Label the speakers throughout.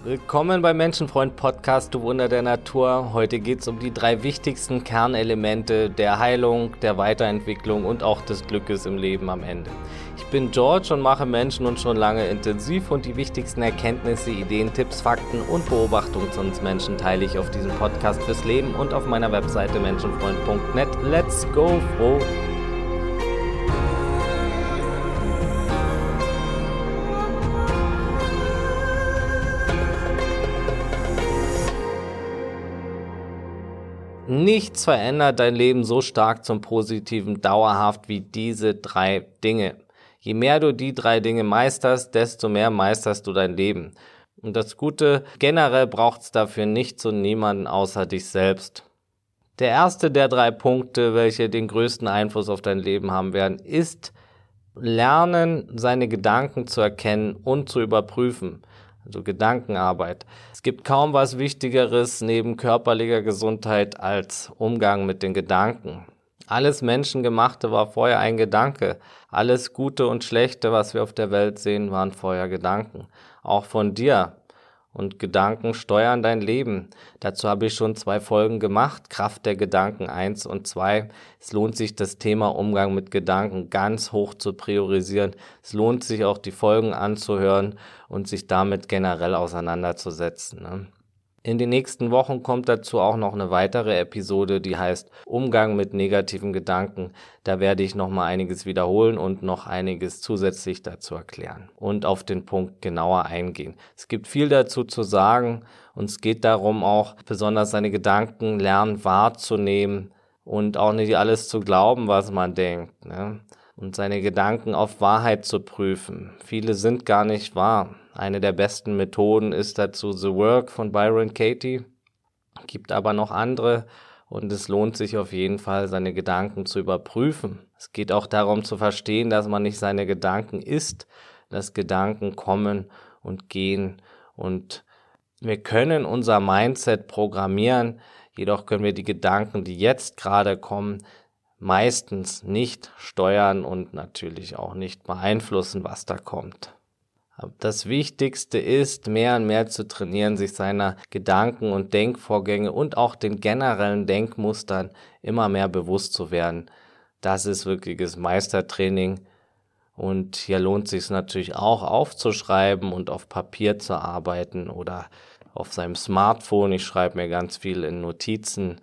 Speaker 1: Willkommen beim Menschenfreund Podcast, du Wunder der Natur. Heute geht es um die 3 wichtigsten Kernelemente der Heilung, der Weiterentwicklung und auch des Glückes im Leben am Ende. Ich bin George und mache Menschen und schon lange intensiv und die wichtigsten Erkenntnisse, Ideen, Tipps, Fakten und Beobachtungen zu uns Menschen teile ich auf diesem Podcast fürs Leben und auf meiner Webseite menschenfreund.net. Let's go, froh! Nichts verändert dein Leben so stark zum Positiven dauerhaft wie diese 3 Dinge. Je mehr du die 3 Dinge meisterst, desto mehr meisterst du dein Leben. Und das Gute, generell braucht es dafür nichts und niemanden außer dich selbst. Der erste der 3 Punkte, welche den größten Einfluss auf dein Leben haben werden, ist lernen, seine Gedanken zu erkennen und zu überprüfen. Also Gedankenarbeit. Es gibt kaum was Wichtigeres neben körperlicher Gesundheit als Umgang mit den Gedanken. Alles Menschengemachte war vorher ein Gedanke. Alles Gute und Schlechte, was wir auf der Welt sehen, waren vorher Gedanken. Auch von dir. Und Gedanken steuern dein Leben. Dazu habe ich schon 2 Folgen gemacht, Kraft der Gedanken 1 und 2. Es lohnt sich, das Thema Umgang mit Gedanken ganz hoch zu priorisieren. Es lohnt sich auch, die Folgen anzuhören und sich damit generell auseinanderzusetzen, ne? In den nächsten Wochen kommt dazu auch noch eine weitere Episode, die heißt Umgang mit negativen Gedanken. Da werde ich nochmal einiges wiederholen und noch einiges zusätzlich dazu erklären und auf den Punkt genauer eingehen. Es gibt viel dazu zu sagen und es geht darum auch besonders seine Gedanken lernen wahrzunehmen und auch nicht alles zu glauben, was man denkt, ne? Und seine Gedanken auf Wahrheit zu prüfen. Viele sind gar nicht wahr. Eine der besten Methoden ist dazu The Work von Byron Katie. Gibt aber noch andere und es lohnt sich auf jeden Fall, seine Gedanken zu überprüfen. Es geht auch darum zu verstehen, dass man nicht seine Gedanken ist, dass Gedanken kommen und gehen und wir können unser Mindset programmieren, jedoch können wir die Gedanken, die jetzt gerade kommen, meistens nicht steuern und natürlich auch nicht beeinflussen, was da kommt. Das Wichtigste ist, mehr und mehr zu trainieren, sich seiner Gedanken und Denkvorgänge und auch den generellen Denkmustern immer mehr bewusst zu werden. Das ist wirkliches Meistertraining und hier lohnt es sich natürlich auch aufzuschreiben und auf Papier zu arbeiten oder auf seinem Smartphone. Ich schreibe mir ganz viel in Notizen.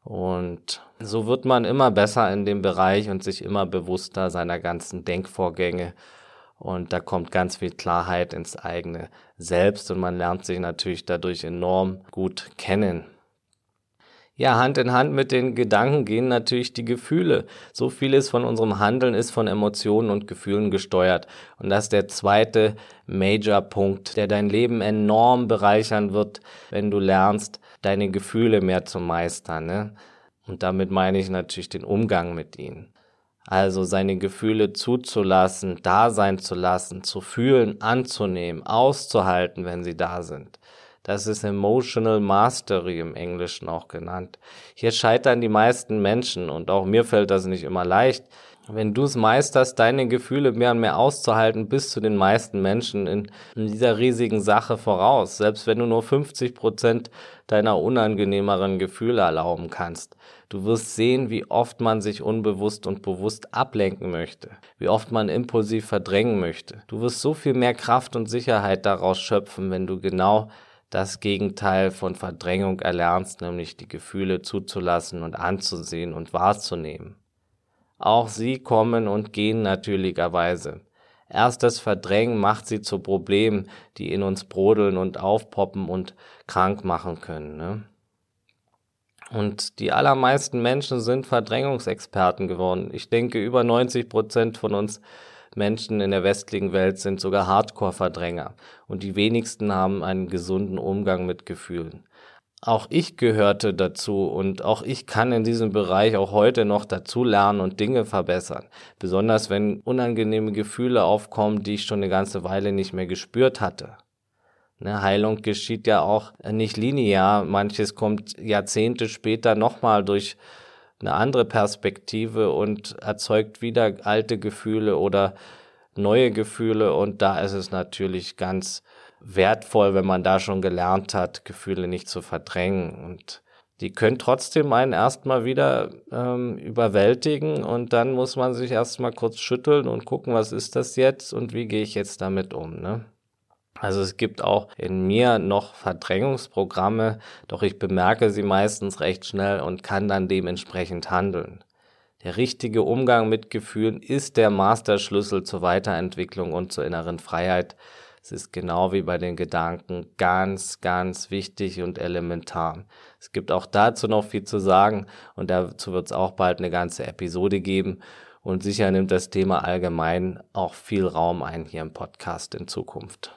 Speaker 1: Und so wird man immer besser in dem Bereich und sich immer bewusster seiner ganzen Denkvorgänge. Und da kommt ganz viel Klarheit ins eigene Selbst und man lernt sich natürlich dadurch enorm gut kennen. Ja, Hand in Hand mit den Gedanken gehen natürlich die Gefühle. So vieles von unserem Handeln ist von Emotionen und Gefühlen gesteuert. Und das ist der zweite Major-Punkt, der dein Leben enorm bereichern wird, wenn du lernst, deine Gefühle mehr zu meistern, ne? Und damit meine ich natürlich den Umgang mit ihnen. Also seine Gefühle zuzulassen, da sein zu lassen, zu fühlen, anzunehmen, auszuhalten, wenn sie da sind. Das ist Emotional Mastery im Englischen auch genannt. Hier scheitern die meisten Menschen und auch mir fällt das nicht immer leicht. Wenn du es meisterst, deine Gefühle mehr und mehr auszuhalten, bist du den meisten Menschen in dieser riesigen Sache voraus. Selbst wenn du nur 50% deiner unangenehmeren Gefühle erlauben kannst. Du wirst sehen, wie oft man sich unbewusst und bewusst ablenken möchte. Wie oft man impulsiv verdrängen möchte. Du wirst so viel mehr Kraft und Sicherheit daraus schöpfen, wenn du genau das Gegenteil von Verdrängung erlernst, nämlich die Gefühle zuzulassen und anzusehen und wahrzunehmen. Auch sie kommen und gehen natürlicherweise. Erst das Verdrängen macht sie zu Problemen, die in uns brodeln und aufpoppen und krank machen können, ne? Und die allermeisten Menschen sind Verdrängungsexperten geworden. Ich denke, über 90% von uns Menschen in der westlichen Welt sind sogar Hardcore-Verdränger. Und die wenigsten haben einen gesunden Umgang mit Gefühlen. Auch ich gehörte dazu und auch ich kann in diesem Bereich auch heute noch dazu lernen und Dinge verbessern. Besonders wenn unangenehme Gefühle aufkommen, die ich schon eine ganze Weile nicht mehr gespürt hatte. Heilung geschieht ja auch nicht linear. Manches kommt Jahrzehnte später nochmal durch eine andere Perspektive und erzeugt wieder alte Gefühle oder neue Gefühle. Und da ist es natürlich ganz wertvoll, wenn man da schon gelernt hat, Gefühle nicht zu verdrängen. Und die können trotzdem einen erstmal wieder überwältigen und dann muss man sich erstmal kurz schütteln und gucken, was ist das jetzt und wie gehe ich jetzt damit um, ne? Also es gibt auch in mir noch Verdrängungsprogramme, doch ich bemerke sie meistens recht schnell und kann dann dementsprechend handeln. Der richtige Umgang mit Gefühlen ist der Masterschlüssel zur Weiterentwicklung und zur inneren Freiheit. Es ist genau wie bei den Gedanken ganz, ganz wichtig und elementar. Es gibt auch dazu noch viel zu sagen und dazu wird es auch bald eine ganze Episode geben. Und sicher nimmt das Thema allgemein auch viel Raum ein hier im Podcast in Zukunft.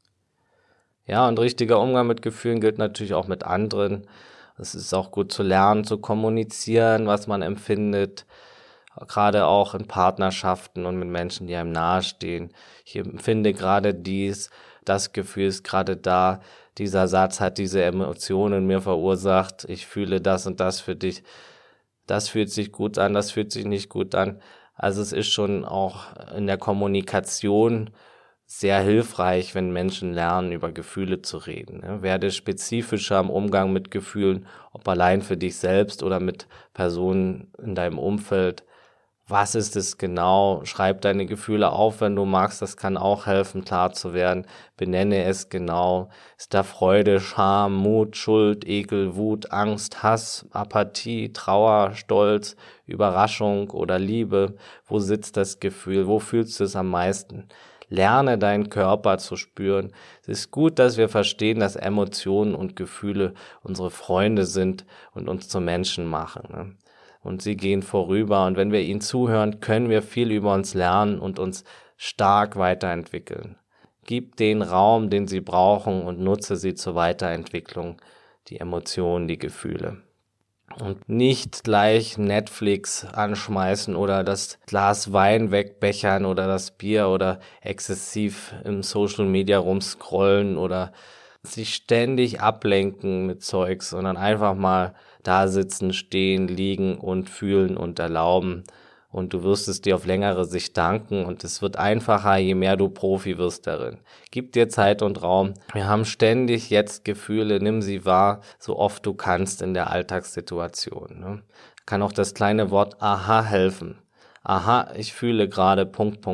Speaker 1: Ja, und richtiger Umgang mit Gefühlen gilt natürlich auch mit anderen. Es ist auch gut zu lernen, zu kommunizieren, was man empfindet, gerade auch in Partnerschaften und mit Menschen, die einem nahestehen. Ich empfinde gerade das Gefühl ist gerade da, dieser Satz hat diese Emotionen in mir verursacht, ich fühle das und das für dich, das fühlt sich gut an, das fühlt sich nicht gut an. Also es ist schon auch in der Kommunikation sehr hilfreich, wenn Menschen lernen, über Gefühle zu reden. Werde spezifischer im Umgang mit Gefühlen, ob allein für dich selbst oder mit Personen in deinem Umfeld. Was ist es genau? Schreib deine Gefühle auf, wenn du magst. Das kann auch helfen, klar zu werden. Benenne es genau. Ist da Freude, Scham, Mut, Schuld, Ekel, Wut, Angst, Hass, Apathie, Trauer, Stolz, Überraschung oder Liebe? Wo sitzt das Gefühl? Wo fühlst du es am meisten? Lerne deinen Körper zu spüren. Es ist gut, dass wir verstehen, dass Emotionen und Gefühle unsere Freunde sind und uns zu Menschen machen, ne? Und sie gehen vorüber. Und wenn wir ihnen zuhören, können wir viel über uns lernen und uns stark weiterentwickeln. Gib den Raum, den sie brauchen und nutze sie zur Weiterentwicklung, die Emotionen, die Gefühle. Und nicht gleich Netflix anschmeißen oder das Glas Wein wegbechern oder das Bier oder exzessiv im Social Media rumscrollen oder sich ständig ablenken mit Zeugs, sondern einfach mal da sitzen, stehen, liegen und fühlen und erlauben. Und du wirst es dir auf längere Sicht danken und es wird einfacher, je mehr du Profi wirst darin. Gib dir Zeit und Raum. Wir haben ständig jetzt Gefühle, nimm sie wahr, so oft du kannst in der Alltagssituation, ne? Kann auch das kleine Wort Aha helfen. Aha, ich fühle gerade ...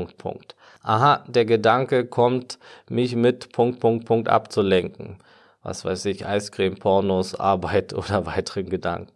Speaker 1: Aha, der Gedanke kommt, mich mit ... abzulenken. Was weiß ich, Eiscreme, Pornos, Arbeit oder weiteren Gedanken.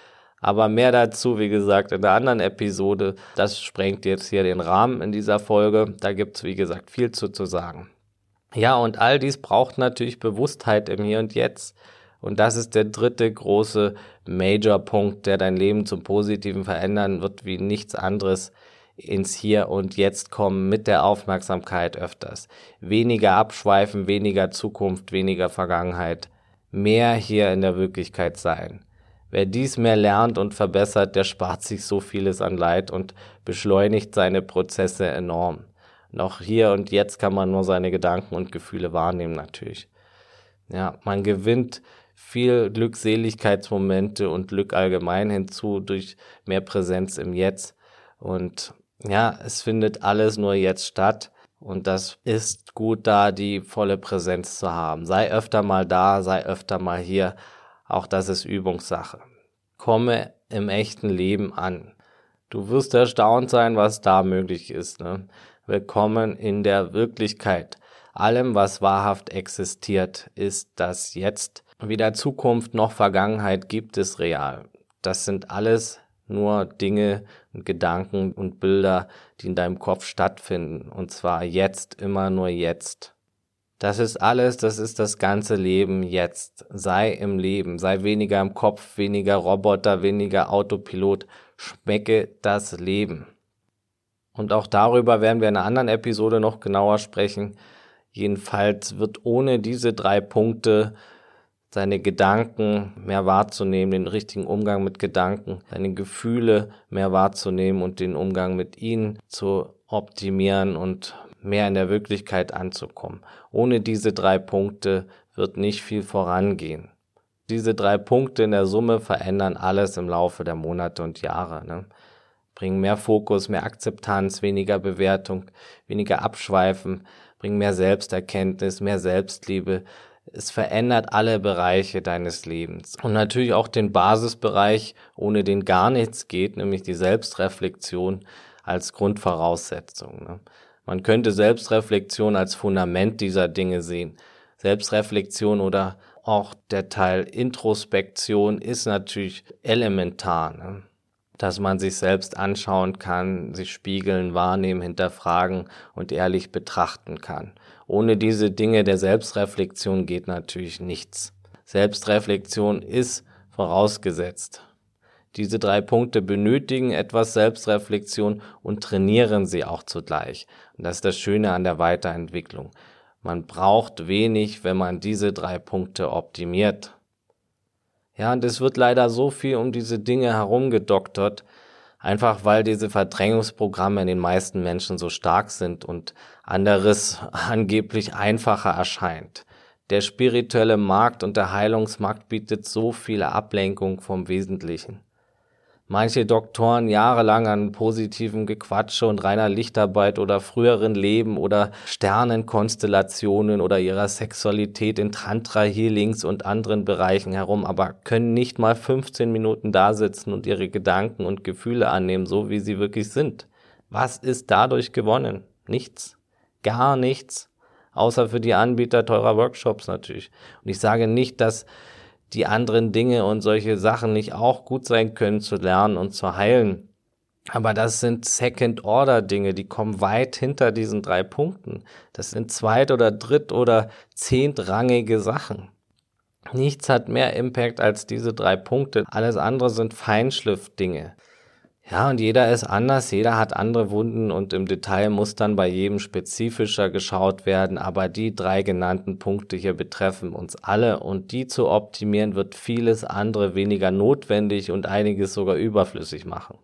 Speaker 1: Aber mehr dazu, wie gesagt, in der anderen Episode. Das sprengt jetzt hier den Rahmen in dieser Folge. Da gibt's, wie gesagt, viel zu sagen. Ja, und all dies braucht natürlich Bewusstheit im Hier und Jetzt. Und das ist der dritte große Major-Punkt, der dein Leben zum Positiven verändern wird, wie nichts anderes. Ins Hier und Jetzt kommen mit der Aufmerksamkeit öfters. Weniger abschweifen, weniger Zukunft, weniger Vergangenheit. Mehr hier in der Wirklichkeit sein. Wer dies mehr lernt und verbessert, der spart sich so vieles an Leid und beschleunigt seine Prozesse enorm. Noch hier und jetzt kann man nur seine Gedanken und Gefühle wahrnehmen natürlich. Ja, man gewinnt viel Glückseligkeitsmomente und Glück allgemein hinzu durch mehr Präsenz im Jetzt. Und ja, es findet alles nur jetzt statt. Und das ist gut, da die volle Präsenz zu haben. Sei öfter mal da, sei öfter mal hier. Auch das ist Übungssache. Komme im echten Leben an. Du wirst erstaunt sein, was da möglich ist, ne? Willkommen in der Wirklichkeit. Allem, was wahrhaft existiert, ist das Jetzt. Weder Zukunft noch Vergangenheit gibt es real. Das sind alles nur Dinge und Gedanken und Bilder, die in deinem Kopf stattfinden. Und zwar jetzt, immer nur jetzt. Das ist alles, das ist das ganze Leben jetzt. Sei im Leben, sei weniger im Kopf, weniger Roboter, weniger Autopilot. Schmecke das Leben. Und auch darüber werden wir in einer anderen Episode noch genauer sprechen. Jedenfalls wird ohne diese 3 Punkte seine Gedanken mehr wahrzunehmen, den richtigen Umgang mit Gedanken, seine Gefühle mehr wahrzunehmen und den Umgang mit ihnen zu optimieren und mehr in der Wirklichkeit anzukommen. Ohne diese 3 Punkte wird nicht viel vorangehen. Diese 3 Punkte in der Summe verändern alles im Laufe der Monate und Jahre, ne? Bringen mehr Fokus, mehr Akzeptanz, weniger Bewertung, weniger Abschweifen, bringen mehr Selbsterkenntnis, mehr Selbstliebe. Es verändert alle Bereiche deines Lebens. Und natürlich auch den Basisbereich, ohne den gar nichts geht, nämlich die Selbstreflexion als Grundvoraussetzung. Ne? Man könnte Selbstreflexion als Fundament dieser Dinge sehen. Selbstreflexion oder auch der Teil Introspektion ist natürlich elementar, ne? Dass man sich selbst anschauen kann, sich spiegeln, wahrnehmen, hinterfragen und ehrlich betrachten kann. Ohne diese Dinge der Selbstreflexion geht natürlich nichts. Selbstreflexion ist vorausgesetzt. Diese 3 Punkte benötigen etwas Selbstreflexion und trainieren sie auch zugleich. Und das ist das Schöne an der Weiterentwicklung. Man braucht wenig, wenn man diese 3 Punkte optimiert. Ja, und es wird leider so viel um diese Dinge herumgedoktert, einfach weil diese Verdrängungsprogramme in den meisten Menschen so stark sind und anderes angeblich einfacher erscheint. Der spirituelle Markt und der Heilungsmarkt bietet so viele Ablenkung vom Wesentlichen. Manche Doktoren jahrelang an positiven Gequatsche und reiner Lichtarbeit oder früheren Leben oder Sternenkonstellationen oder ihrer Sexualität in Tantra-Healings und anderen Bereichen herum, aber können nicht mal 15 Minuten da sitzen und ihre Gedanken und Gefühle annehmen, so wie sie wirklich sind. Was ist dadurch gewonnen? Nichts. Gar nichts. Außer für die Anbieter teurer Workshops natürlich. Und ich sage nicht, dass die anderen Dinge und solche Sachen nicht auch gut sein können zu lernen und zu heilen. Aber das sind Second-Order-Dinge, die kommen weit hinter diesen 3 Punkten. Das sind zweit- oder dritt- oder zehntrangige Sachen. Nichts hat mehr Impact als diese 3 Punkte. Alles andere sind Feinschliff-Dinge. Ja, und jeder ist anders, jeder hat andere Wunden und im Detail muss dann bei jedem spezifischer geschaut werden, aber die 3 genannten Punkte hier betreffen uns alle und die zu optimieren wird vieles andere weniger notwendig und einiges sogar überflüssig machen.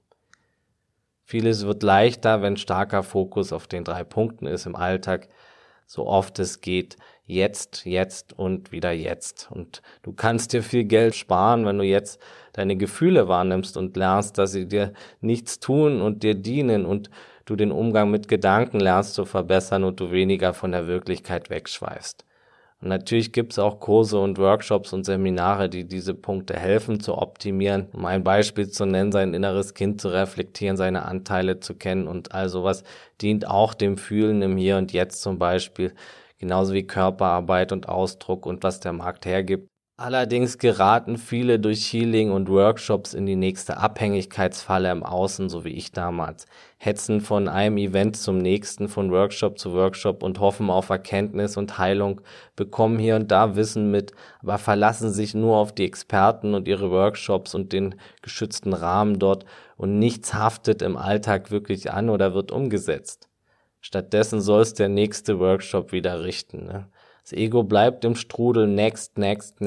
Speaker 1: Vieles wird leichter, wenn starker Fokus auf den 3 Punkten ist im Alltag, so oft es geht, jetzt und wieder jetzt. Und du kannst dir viel Geld sparen, wenn du jetzt deine Gefühle wahrnimmst und lernst, dass sie dir nichts tun und dir dienen und du den Umgang mit Gedanken lernst zu verbessern und du weniger von der Wirklichkeit wegschweifst. Und natürlich gibt es auch Kurse und Workshops und Seminare, die diese Punkte helfen zu optimieren. Um ein Beispiel zu nennen, sein inneres Kind zu reflektieren, seine Anteile zu kennen und all sowas dient auch dem Fühlen im Hier und Jetzt zum Beispiel, genauso wie Körperarbeit und Ausdruck und was der Markt hergibt. Allerdings geraten viele durch Healing und Workshops in die nächste Abhängigkeitsfalle im Außen, so wie ich damals. Hetzen von einem Event zum nächsten, von Workshop zu Workshop und hoffen auf Erkenntnis und Heilung, bekommen hier und da Wissen mit, aber verlassen sich nur auf die Experten und ihre Workshops und den geschützten Rahmen dort und nichts haftet im Alltag wirklich an oder wird umgesetzt. Stattdessen soll es der nächste Workshop wieder richten, ne? Das Ego bleibt im Strudel, next,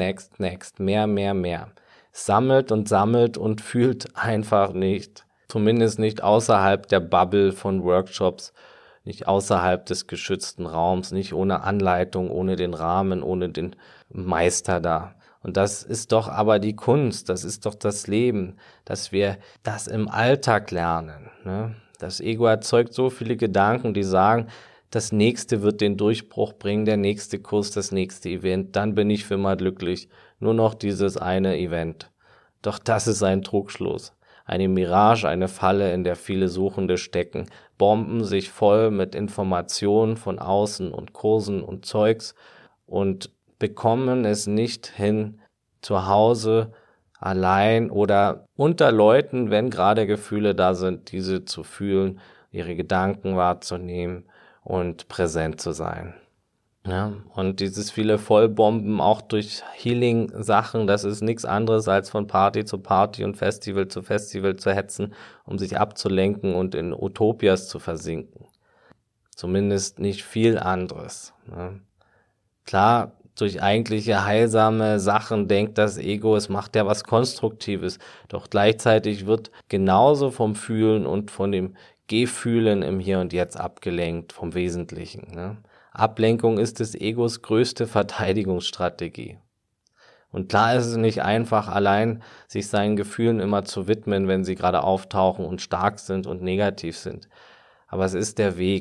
Speaker 1: mehr. Es sammelt und fühlt einfach nicht. Zumindest nicht außerhalb der Bubble von Workshops, nicht außerhalb des geschützten Raums, nicht ohne Anleitung, ohne den Rahmen, ohne den Meister da. Und das ist doch aber die Kunst, das ist doch das Leben, dass wir das im Alltag lernen, ne? Das Ego erzeugt so viele Gedanken, die sagen, das nächste wird den Durchbruch bringen, der nächste Kurs, das nächste Event, dann bin ich für immer glücklich. Nur noch dieses eine Event. Doch das ist ein Trugschluss. Eine Mirage, eine Falle, in der viele Suchende stecken, bomben sich voll mit Informationen von außen und Kursen und Zeugs und bekommen es nicht hin, zu Hause allein oder unter Leuten, wenn gerade Gefühle da sind, diese zu fühlen, ihre Gedanken wahrzunehmen und präsent zu sein. Ja, und dieses viele Vollbomben auch durch Healing-Sachen, das ist nichts anderes als von Party zu Party und Festival zu Festival zu hetzen, um sich abzulenken und in Utopias zu versinken. Zumindest nicht viel anderes. Ne? Klar, durch eigentliche heilsame Sachen denkt das Ego, es macht ja was Konstruktives, doch gleichzeitig wird genauso vom Fühlen und von dem Gefühlen im Hier und Jetzt abgelenkt vom Wesentlichen. Ne? Ablenkung ist des Egos größte Verteidigungsstrategie. Und klar ist es nicht einfach, allein sich seinen Gefühlen immer zu widmen, wenn sie gerade auftauchen und stark sind und negativ sind. Aber es ist der Weg.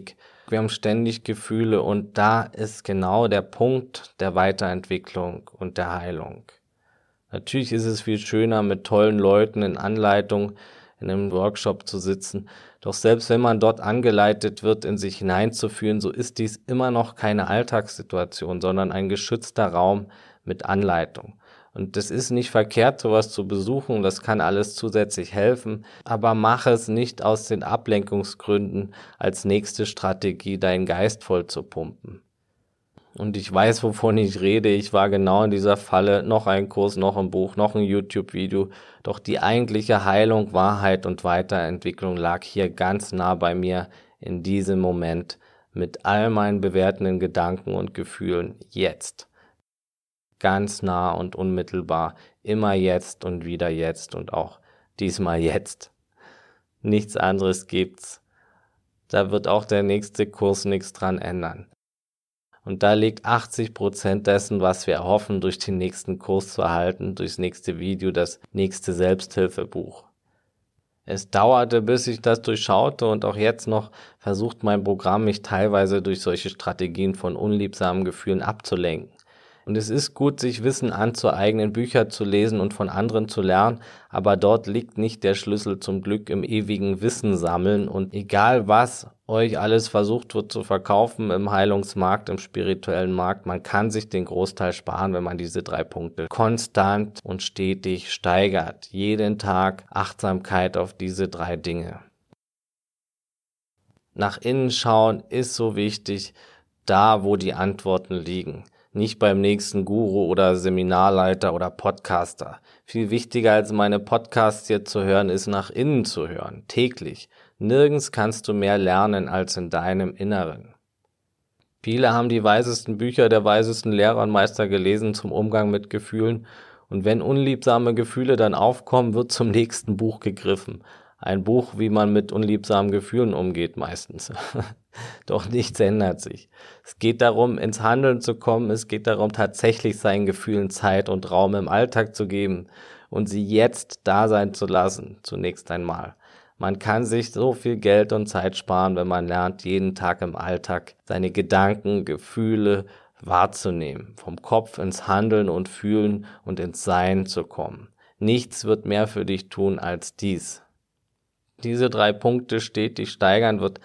Speaker 1: wir haben ständig Gefühle und da ist genau der Punkt der Weiterentwicklung und der Heilung. Natürlich ist es viel schöner, mit tollen Leuten in Anleitung in einem Workshop zu sitzen. Doch selbst wenn man dort angeleitet wird, in sich hineinzufühlen, so ist dies immer noch keine Alltagssituation, sondern ein geschützter Raum mit Anleitung. Und es ist nicht verkehrt, sowas zu besuchen, das kann alles zusätzlich helfen, aber mach es nicht aus den Ablenkungsgründen als nächste Strategie, deinen Geist voll zu pumpen. Und ich weiß, wovon ich rede. Ich war genau in dieser Falle. Noch ein Kurs, noch ein Buch, noch ein YouTube-Video. Doch die eigentliche Heilung, Wahrheit und Weiterentwicklung lag hier ganz nah bei mir in diesem Moment mit all meinen bewertenden Gedanken und Gefühlen jetzt. Ganz nah und unmittelbar. Immer jetzt und wieder jetzt und auch diesmal jetzt. Nichts anderes gibt's. Da wird auch der nächste Kurs nichts dran ändern. Und da liegt 80% dessen, was wir erhoffen, durch den nächsten Kurs zu erhalten, durchs nächste Video, das nächste Selbsthilfebuch. Es dauerte, bis ich das durchschaute und auch jetzt noch versucht mein Programm, mich teilweise durch solche Strategien von unliebsamen Gefühlen abzulenken. Und es ist gut, sich Wissen anzueignen, Bücher zu lesen und von anderen zu lernen, aber dort liegt nicht der Schlüssel zum Glück im ewigen Wissen sammeln und egal was euch alles versucht wird zu verkaufen im Heilungsmarkt, im spirituellen Markt, man kann sich den Großteil sparen, wenn man diese 3 Punkte konstant und stetig steigert. Jeden Tag Achtsamkeit auf diese 3 Dinge. Nach innen schauen ist so wichtig, da wo die Antworten liegen. Nicht beim nächsten Guru oder Seminarleiter oder Podcaster. Viel wichtiger als meine Podcasts hier zu hören, ist nach innen zu hören, täglich. Nirgends kannst du mehr lernen als in deinem Inneren. Viele haben die weisesten Bücher der weisesten Lehrer und Meister gelesen zum Umgang mit Gefühlen und wenn unliebsame Gefühle dann aufkommen, wird zum nächsten Buch gegriffen. Ein Buch, wie man mit unliebsamen Gefühlen umgeht meistens. Doch nichts ändert sich. Es geht darum, ins Handeln zu kommen. Es geht darum, tatsächlich seinen Gefühlen Zeit und Raum im Alltag zu geben und sie jetzt da sein zu lassen, zunächst einmal. Man kann sich so viel Geld und Zeit sparen, wenn man lernt, jeden Tag im Alltag seine Gedanken, Gefühle wahrzunehmen, vom Kopf ins Handeln und Fühlen und ins Sein zu kommen. Nichts wird mehr für dich tun als dies. Diese 3 Punkte stetig steigern wird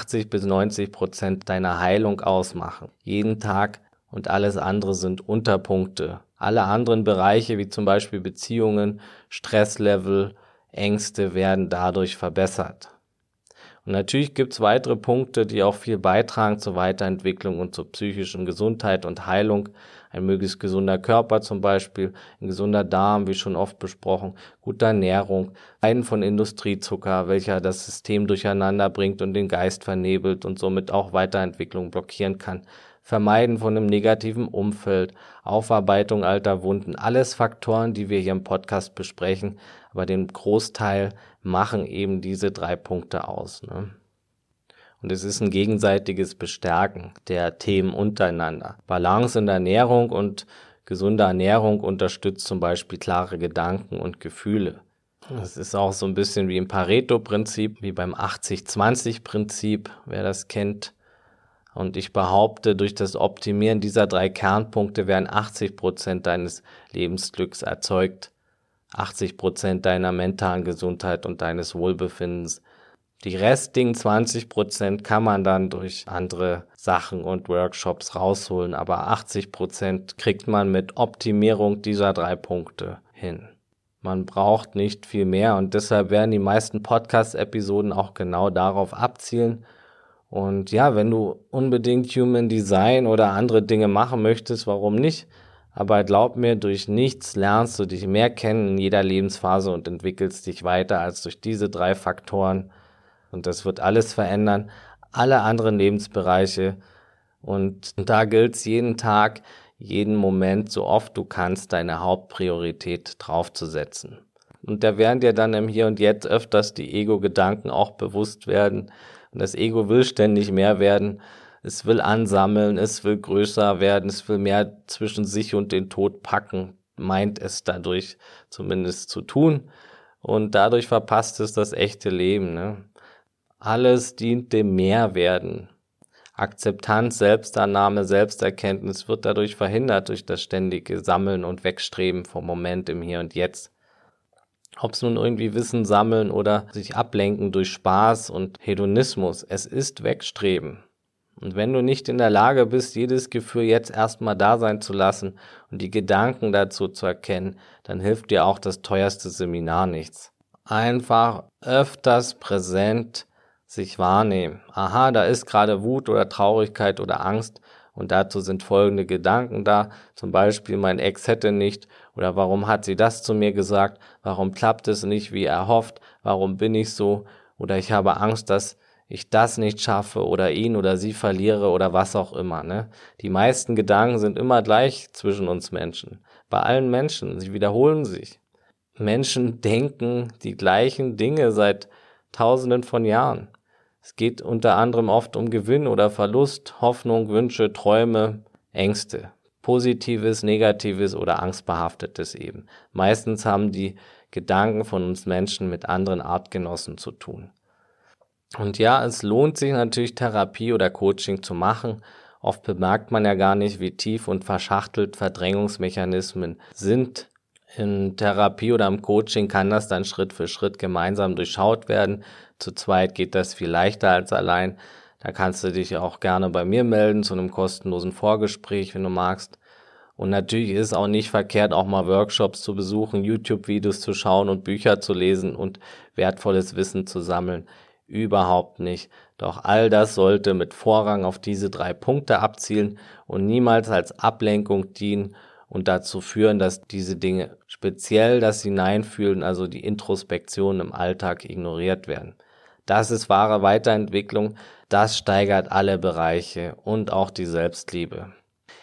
Speaker 1: 80-90% deiner Heilung ausmachen. Jeden Tag und alles andere sind Unterpunkte. Alle anderen Bereiche wie zum Beispiel Beziehungen, Stresslevel, Ängste werden dadurch verbessert. Und natürlich gibt es weitere Punkte, die auch viel beitragen zur Weiterentwicklung und zur psychischen Gesundheit und Heilung. Ein möglichst gesunder Körper zum Beispiel, ein gesunder Darm, wie schon oft besprochen, gute Ernährung, Meiden von Industriezucker, welcher das System durcheinander bringt und den Geist vernebelt und somit auch Weiterentwicklung blockieren kann. Vermeiden von einem negativen Umfeld, Aufarbeitung alter Wunden, alles Faktoren, die wir hier im Podcast besprechen, aber den Großteil machen eben diese 3 Punkte aus, ne? Und es ist ein gegenseitiges Bestärken der Themen untereinander. Balance in der Ernährung und gesunde Ernährung unterstützt zum Beispiel klare Gedanken und Gefühle. Es ist auch so ein bisschen wie im Pareto-Prinzip, wie beim 80-20-Prinzip, wer das kennt. Und ich behaupte, durch das Optimieren dieser 3 Kernpunkte werden 80% deines Lebensglücks erzeugt, 80% deiner mentalen Gesundheit und deines Wohlbefindens. Die restlichen 20% kann man dann durch andere Sachen und Workshops rausholen, aber 80% kriegt man mit Optimierung dieser 3 Punkte hin. Man braucht nicht viel mehr und deshalb werden die meisten Podcast-Episoden auch genau darauf abzielen. Und ja, wenn du unbedingt Human Design oder andere Dinge machen möchtest, warum nicht? Aber glaub mir, durch nichts lernst du dich mehr kennen in jeder Lebensphase und entwickelst dich weiter als durch diese 3 Faktoren. Und das wird alles verändern, alle anderen Lebensbereiche. Und da gilt es jeden Tag, jeden Moment, so oft du kannst, deine Hauptpriorität draufzusetzen. Und da werden dir dann im Hier und Jetzt öfters die Ego-Gedanken auch bewusst werden. Und das Ego will ständig mehr werden. Es will ansammeln, es will größer werden, es will mehr zwischen sich und den Tod packen, meint es dadurch zumindest zu tun. Und dadurch verpasst es das echte Leben, ne? Alles dient dem Mehrwerden. Akzeptanz, Selbstannahme, Selbsterkenntnis wird dadurch verhindert durch das ständige Sammeln und Wegstreben vom Moment im Hier und Jetzt. Ob es nun irgendwie Wissen sammeln oder sich ablenken durch Spaß und Hedonismus, es ist Wegstreben. Und wenn du nicht in der Lage bist, jedes Gefühl jetzt erstmal da sein zu lassen und die Gedanken dazu zu erkennen, dann hilft dir auch das teuerste Seminar nichts. Einfach öfters präsent sich wahrnehmen. Aha, da ist gerade Wut oder Traurigkeit oder Angst und dazu sind folgende Gedanken da. Zum Beispiel, mein Ex hätte nicht oder warum hat sie das zu mir gesagt? Warum klappt es nicht wie erhofft? Warum bin ich so? Oder ich habe Angst, dass ich das nicht schaffe oder ihn oder sie verliere oder was auch immer. Ne? Die meisten Gedanken sind immer gleich zwischen uns Menschen. Bei allen Menschen, sie wiederholen sich. Menschen denken die gleichen Dinge seit Tausenden von Jahren. Es geht unter anderem oft um Gewinn oder Verlust, Hoffnung, Wünsche, Träume, Ängste. Positives, Negatives oder Angstbehaftetes eben. Meistens haben die Gedanken von uns Menschen mit anderen Artgenossen zu tun. Und ja, es lohnt sich natürlich, Therapie oder Coaching zu machen. Oft bemerkt man ja gar nicht, wie tief und verschachtelt Verdrängungsmechanismen sind. In Therapie oder im Coaching kann das dann Schritt für Schritt gemeinsam durchschaut werden. Zu zweit geht das viel leichter als allein. Da kannst du dich auch gerne bei mir melden zu einem kostenlosen Vorgespräch, wenn du magst. Und natürlich ist es auch nicht verkehrt, auch mal Workshops zu besuchen, YouTube-Videos zu schauen und Bücher zu lesen und wertvolles Wissen zu sammeln. Überhaupt nicht. Doch all das sollte mit Vorrang auf diese 3 Punkte abzielen und niemals als Ablenkung dienen und dazu führen, dass diese Dinge, speziell das Hineinfühlen, also die Introspektion im Alltag, ignoriert werden. Das ist wahre Weiterentwicklung, das steigert alle Bereiche und auch die Selbstliebe.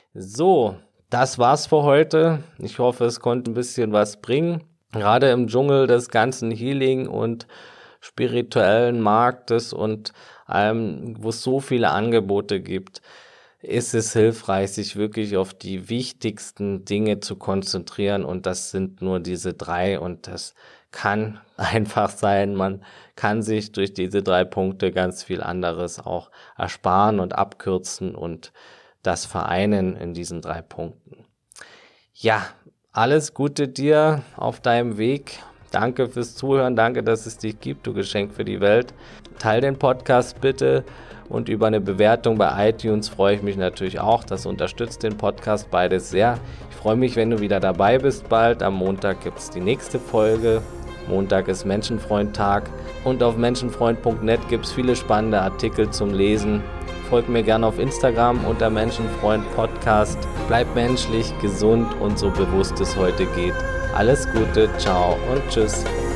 Speaker 1: So, das war's für heute. Ich hoffe, es konnte ein bisschen was bringen. Gerade im Dschungel des ganzen Healing und spirituellen Marktes und allem, wo es so viele Angebote gibt, ist es hilfreich, sich wirklich auf die wichtigsten Dinge zu konzentrieren und das sind nur diese 3 und das kann einfach sein, man kann sich durch diese 3 Punkte ganz viel anderes auch ersparen und abkürzen und das vereinen in diesen 3 Punkten. Ja, alles Gute dir auf deinem Weg. Danke fürs Zuhören, danke, dass es dich gibt, du Geschenk für die Welt. Teil den Podcast bitte und über eine Bewertung bei iTunes freue ich mich natürlich auch. Das unterstützt den Podcast beides sehr. Ich freue mich, wenn du wieder dabei bist bald. Am Montag gibt es die nächste Folge. Montag ist Menschenfreund-Tag und auf menschenfreund.net gibt es viele spannende Artikel zum Lesen. Folgt mir gerne auf Instagram unter Menschenfreund Podcast. Bleib menschlich, gesund und so bewusst es heute geht. Alles Gute, ciao und tschüss.